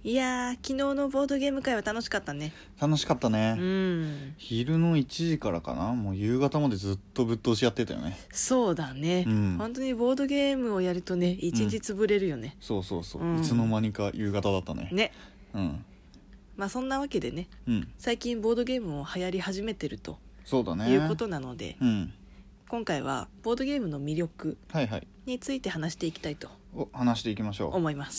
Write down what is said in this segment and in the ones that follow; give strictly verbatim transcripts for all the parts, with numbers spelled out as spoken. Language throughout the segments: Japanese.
いやー昨日のボードゲーム会は楽しかったね。 楽しかったね、 うん、 昼のいちじからかな、もう夕方までずっとぶっ通しやってたよね。 そうだね、 うん、 本当にボードゲームをやるとね一日潰れるよね、 そうそうそう、 うんいつの間にか夕方だったね。 ね。 うんまあそんなわけでね、 うん、 最近ボードゲームも流行り始めてるとそうだねいうことなので、 うん、 今回はボードゲームの魅力はいはい、 について話していきたいとお話していきましょう。 思います、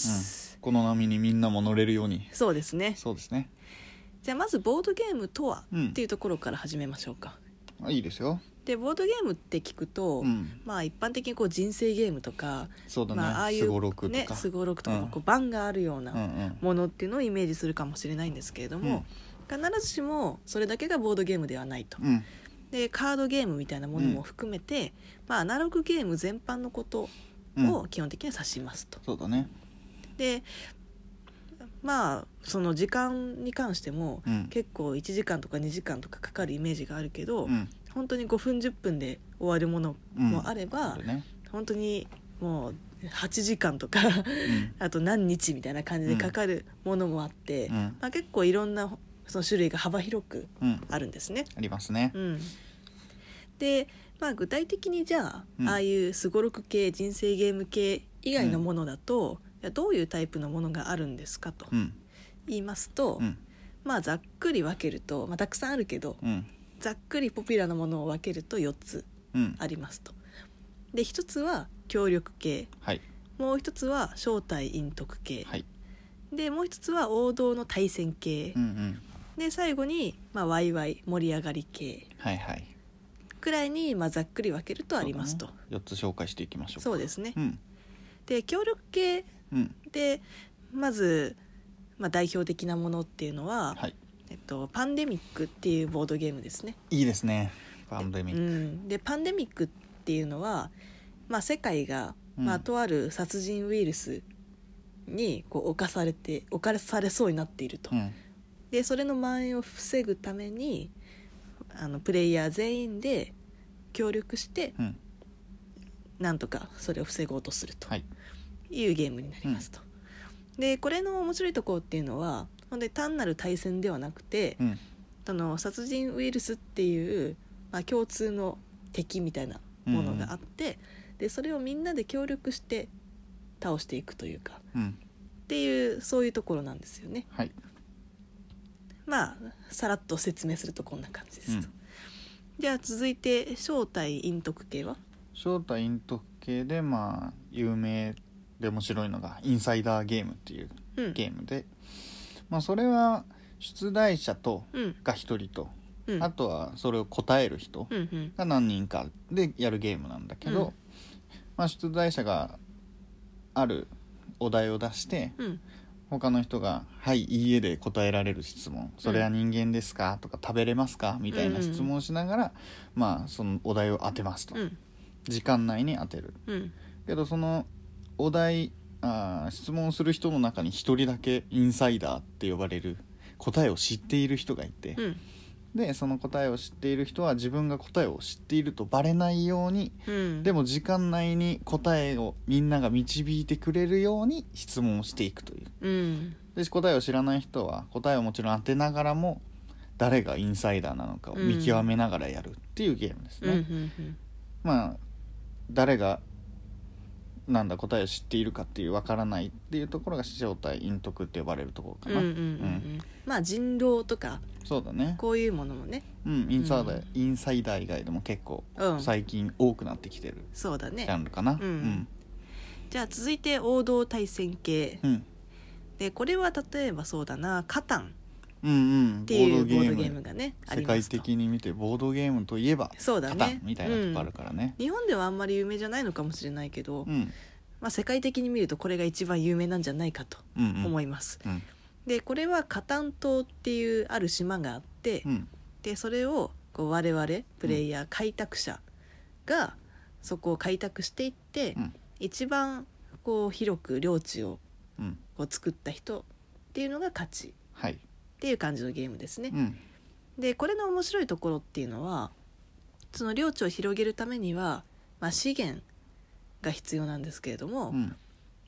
うん、この波にみんなも乗れるように。 そうですね。 そうですね。 じゃあまずボードゲームとはうんっていうところから始めましょうか。 あ、いいですよ。 でボードゲームって聞くと、 うん、 まあ一般的にこう人生ゲームとか、 そうだね、 まあ、ああいうすごろくとねかすごろくとか、 うんこう盤があるようなうんうんものっていうのをイメージするかもしれないんですけれども、必ずしもそれだけがボードゲームではないと、 うんでカードゲームみたいなものも含めて、まあ、アナログゲーム全般のことうんを基本的には指しますと。 そうだね。 でまあその時間に関しても、 うん結構いちじかんとかにじかんとかかかるイメージがあるけど、 うん本当にごふんじゅっぷんで終わるものもあれば、 あるね。 本当にもうはちじかんとかうんあと何日みたいな感じでかかるものもあって、 うんまあ、結構いろんなその種類が幅広くうんあるんですね。 ありますね。 うん、で、まあ、具体的にじゃあ、 うんああいうすごろく系人生ゲーム系以外のものだと、じゃあどういうタイプのものがあるんですかとうん言いますと、 うんまあざっくり分けると、まあ、たくさんあるけどうんざっくりポピュラーなものを分けるとよっつうんありますと。でひとつは協力系、 はいもう一つは正体陰徳系、 はいでもう一つは王道の対戦系、 うんうんで最後に、まあ、ワイワイ盛り上がり系はいはいくらいに、まあ、ざっくり分けるとありますと。 そうだね、よっつ紹介していきましょうか。 そうですね。 うんで協力系うんでまず、まあ、代表的なものっていうのは、 はい、 えっと、パンデミックっていうボードゲームですね。 いいですね。パンデミッうク、 ん、でパンデミックっていうのは、まあ、世界が、 うんまあ、とある殺人ウイルスにこう侵されて侵されそうになっていると、 うんでそれの蔓延を防ぐためにあのプレイヤー全員で協力してうんなんとかそれを防ごうとするとはいいうゲームになりますと、でこれの面白いところっていうのは本当に単なる対戦ではなくて、 うんその殺人ウイルスっていう、まあ、共通の敵みたいなものがあって、でそれをみんなで協力して倒していくというかうんっていうそういうところなんですよね。 はいまあさらっと説明するとこんな感じですと、 うんじゃあ続いて正体陰徳系は正体陰徳系でまあ有名で面白いのがインサイダーゲームっていううんゲームで、まあそれは出題者とうんがひとりと、 うんあとはそれを答える人うんうんが何人かでやるゲームなんだけど、 うんまあ、出題者があるお題を出してうん他の人が「はいいいえ」で答えられる質問「それは人間ですか?」とか「食べれますか?」みたいな質問をしながら、まあそのお題を当てますと、 うん時間内に当てるうんけど、そのお題あー質問する人の中に一人だけインサイダーって呼ばれる答えを知っている人がいて、 うんでその答えを知っている人は自分が答えを知っているとバレないように、 うんでも時間内に答えをみんなが導いてくれるように質問をしていくという。 うんで答えを知らない人は答えをもちろん当てながらも誰がインサイダーなのかを見極めながらやるっていうゲームですうんうね、 んまあ誰がなんだ答えを知っているかっていうわからないっていうところが正体陰徳って呼ばれるところかな。 うんうんうんうんまあ人狼とかそうだね。 こういうものもね、 うんインサイダー、 うんインサイダー以外でも結構うん最近多くなってきてるそうだね。 ジャンルかな。 うんじゃあ続いて王道対戦系うんで、これは例えばそうだなカタンうんうんっていうボードゲボードゲームームがねあ世界りますと。 的に見てボードゲームといえばそうだねカタンみたいなとこあるからね。 日本ではあんまり有名じゃないのかもしれないけど、 うんまあ、世界的に見るとこれが一番有名なんじゃないかとうんうん思います、 うんでこれはカタン島っていうある島があって、 うんでそれをこう我々プレイヤー開拓者がそこを開拓していって、 うん一番こう広く領地をうんこう作った人っていうのが勝ちはいっていう感じのゲームですね、 うんでこれの面白いところっていうのはその領地を広げるためには、まあ、資源が必要なんですけれども、 うん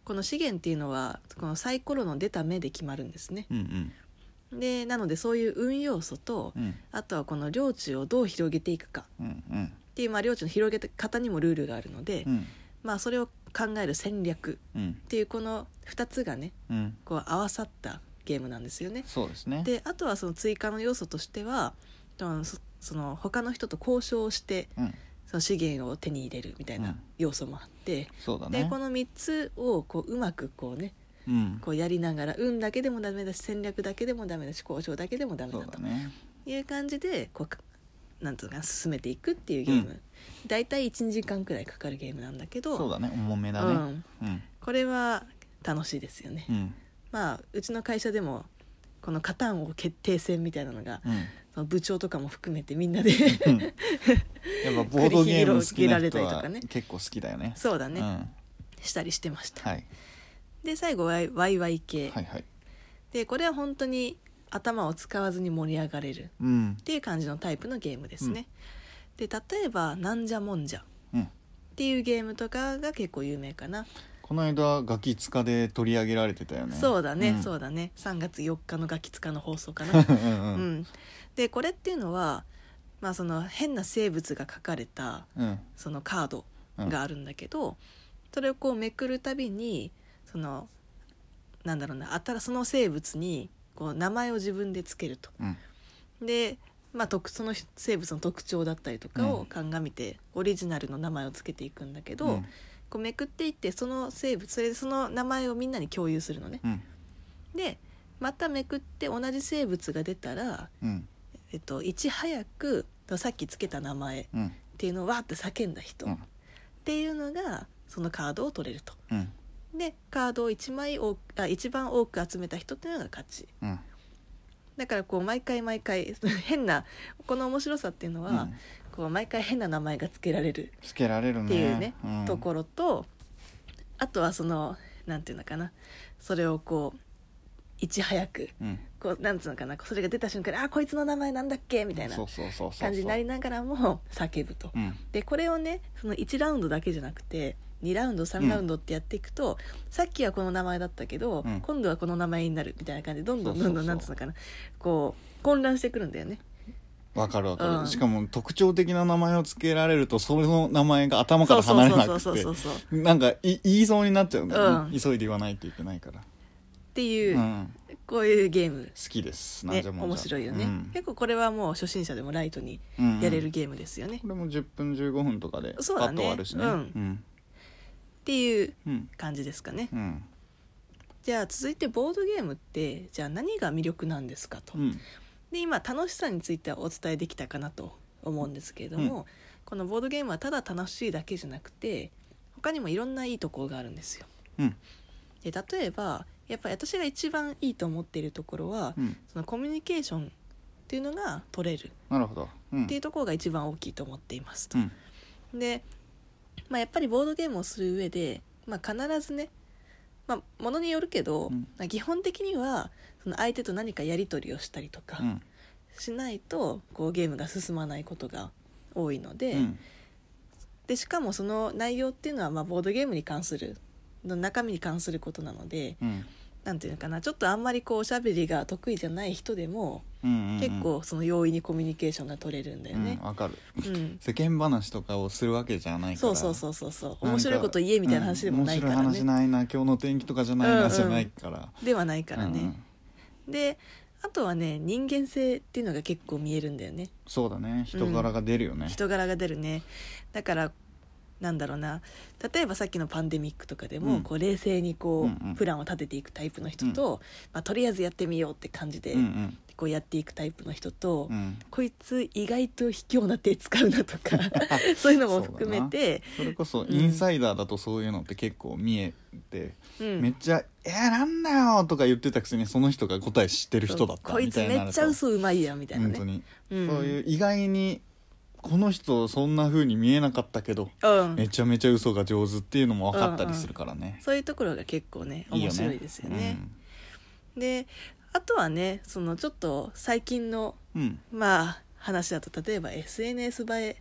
この資源っていうのはこのサイコロの出た目で決まるんですね。 うんでなのでそういう運要素と、 うんあとはこの領地をどう広げていくかうんうんっていう、まあ、領地の広げ方にもルールがあるので、 うんまあ、それを考える戦略うんっていうこのふたつがねうんこう合わさったゲームなんですよね。 そうですね。 であとはその追加の要素としてはそその他の人と交渉をしてうんその資源を手に入れるみたいな要素もあって、 そうだね。 でこのみっつをこううまくこうねうんこうやりながら運だけでもダメだし戦略だけでもダメだし交渉だけでもダメそだとうだね。 いう感じでこうなんていうのかな進めていくっていうゲーム、 うんだいたいいちにじかんくらいかかるゲームなんだけどそうだね。重めだね。 うん、 うんこれは楽しいですよね。 うんまあうちの会社でもこのカタンを決定戦みたいなのがうん。 その部長とかも含めてみんなでうんやっぱボードゲーム好きな繰り広げられ人はたりとかね結構好きだよね。 そうだね、 うんしたりしてました。 はいで最後はワイワイ系、 はいはい。 でこれは本当に頭を使わずに盛り上がれるっうんていう感じのタイプのゲームですね。で例えばなんじゃもんじゃっうん。 ていうゲームとかが結構有名かな。 この間ガキ使で取り上げられてたよね。 そうだね、 んそうだねさんがつよっかのガキ使の放送かなうんううんん、でこれっていうのは、まあ、その変な生物が書かれたうんそのカードがあるんだけど、それをこうめくるたびにそのなんだろうな新その生物にこう名前を自分でつけると。 うんで、まあ、特その生物の特徴だったりとかを鑑みてオリジナルの名前をつけていくんだけど、 うんこうめくっていってその生物それでその名前をみんなに共有するのね。 うんでまためくって同じ生物が出たら、 うんえっと、いち早くさっきつけた名前っうんていうのをわーって叫んだ人うんっていうのがそのカードを取れると。 うんでカードをいちまい多くあ一番多く集めた人っていうのが勝ち。 うんだからこう毎回毎回変なこの面白さっていうのは、 うんこう毎回変な名前がつけられるつけられるねっていうね、 うんところとあとはそのなんていうのかなそれをこういち早くうんこうなんつうのかなそれが出た瞬間にあこいつの名前なんだっけみたいなそうそうそうそう感じになりながらも叫ぶと。 うんでこれをねそのいちラウンドだけじゃなくてにラウンドさんラウンドってやっていくと、さっきはこの名前だったけど、 うん今度はこの名前になるみたいな感じでどんどんどんどんそうそうそうなんつうのかなこう混乱してくるんだよね。 わかるわかる、 うんしかも特徴的な名前をつけられるとその名前が頭から離れなくそうそうそうそうてなんかい言いそうになっちゃうんだよね、 うん急いで言わないといけないから、 っていう、 うん、 こういうゲーム、 好きですなんね、 じゃもんじゃ面白いよね、 うん結構これはもう初心者でもライトにうんやれるゲームですよね、 これもじゅっぷんじゅうごふんとかでパそうだねッと終わるしねうんうんっていううん感じですかね。 うんじゃあ続いてボードゲームってじゃあ何が魅力なんですかと、 うんで今楽しさについてはお伝えできたかなと思うんですけれども、 うんこのボードゲームはただ楽しいだけじゃなくて他にもいろんないいところがあるんですよ。 うんで例えばやっぱり私が一番いいと思っているところは、 うんそのコミュニケーションっていうのが取れるなるほどうんっていうところが一番大きいと思っていますと。 うんで、まあ、やっぱりボードゲームをする上で、まあ、必ずね、まあ、ものによるけど、 うんまあ基本的にはその相手と何かやり取りをしたりとかうんしないとこうゲームが進まないことが多いので、 うんでしかもその内容っていうのはまあボードゲームに関するの中身に関することなので、 うんなんていうのかなちょっとあんまりこうおしゃべりが得意じゃない人でも、 うんうんうん結構その容易にコミュニケーションが取れるんだよねうん。わかるうん世間話とかをするわけじゃないからそうそうそうそうそうなんか面白いこと言えみたいな話でもないからね、 うん面白い話ないな今日の天気とかじゃないな、 うんうんじゃないからではないからね、 うんであとはね人間性っていうのが結構見えるんだよね。 そうだね人柄が出るよね、 人柄が出るね。だからなんだろうな例えばさっきのパンデミックとかでも、 うんこう冷静にこう、 うんうんプランを立てていくタイプの人と、まあ、とりあえずやってみようって感じで、 うんうんこうやっていくタイプの人と、 うんこいつ意外と卑怯な手使うなとかそういうのも含めてそれこそうんインサイダーだとそういうのって結構見えて、 うんめっちゃ「えー、なんだよ!」とか言ってたくせにその人が答え知ってる人だったこいつみたいになるとめっちゃ嘘うまいやんみたいなね本当に、 うんそういう意外にこの人そんな風に見えなかったけど、 うんめちゃめちゃ嘘が上手っていうのも分かったりするからね、 そういうところが結構ね面白いですよね。であとはねそのちょっと最近のうんうんまあ話だと例えば エスエヌエス 映え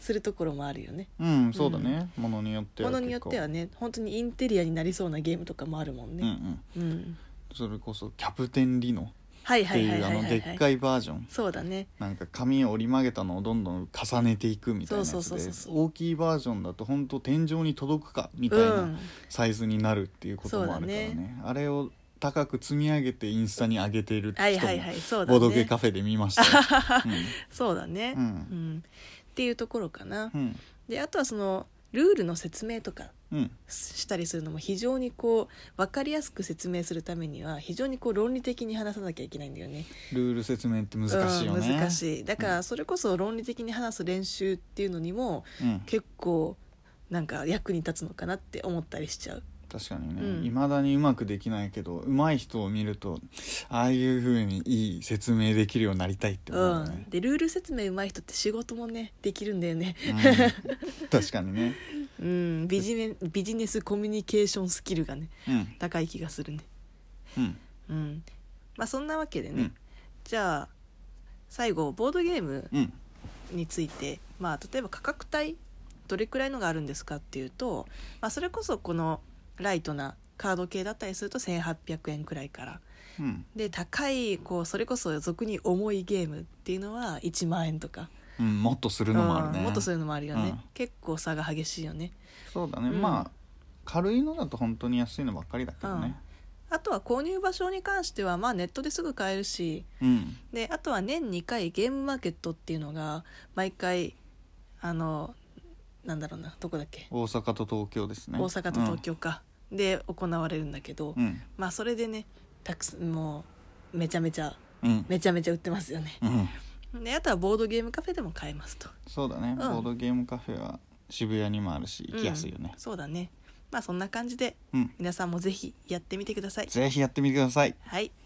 するところもあるよね。 うんそうだね、ものによってはものによってはね本当にインテリアになりそうなゲームとかもあるもんうんうね。 んうんそれこそキャプテンリノはいってはいはいはいいうあのでっかいバージョン、 そうだね。 なんか紙を折り曲げたのをどんどん重ねていくみたいなやつそうそうそうでそう大きいバージョンだと本当天井に届くかみたいなサイズになるっていうこともあるからね、 そうだねあれを高く積み上げてインスタに上げている人もはいはいはいそうだね。 ボドゲカフェで見ましたよ、 そうだね、 うんうんっていうところかな。 うんであとはそのルールの説明とかうんしたりするのも非常にこう分かりやすく説明するためには非常にこう論理的に話さなきゃいけないんだよね。 ルール説明って難しいよね、 うん、難しい。だからそれこそ論理的に話す練習っていうのにもうん、 結構なんか役に立つのかなって思ったりしちゃう。 確かにうんねいま、未だにうまくできないけど上手い人を見るとああいう風にいい説明できるようになりたいって思うよねうん、、でルール説明上手い人って仕事もねできるんだよね。 うん、確かにねうんビジネビジネスコミュニケーションスキルがねうん高い気がするね。 うんうんまあそんなわけでね、 うんじゃあ最後ボードゲームうんについて、まあ、例えば価格帯どれくらいのがあるんですかっていうと、まあ、それこそこのライトなカード系だったりするとせんはっぴゃくえんくらいからうんで高いこうそれこそ俗に重いゲームっていうのはいちまんえんとか、 うん、もっとするのもあるね、 うんもっとそういうのもあるよね、 うん結構差が激しいよね。 そうだね、 うんまあ軽いのだと本当に安いのばっかりだけどねあとは購入場所に関してはまあネットですぐ買えるし、 うんであとは年にかいゲームマーケットっていうのが毎回あのなんだろうなどこだっけ、 大阪と東京ですね大阪と東京か、で行われるんだけど、 うんまあそれでねたくさんもうめちゃめちゃうんめちゃめちゃ売ってますよね。 うんであとはボードゲームカフェでも買えますと。 そうだね、 うんボードゲームカフェは渋谷にもあるし行きやすいよねうん、そうだね。まあそんな感じでうん、 皆さんもぜひやってみてください。 ぜひやってみてください。 はい。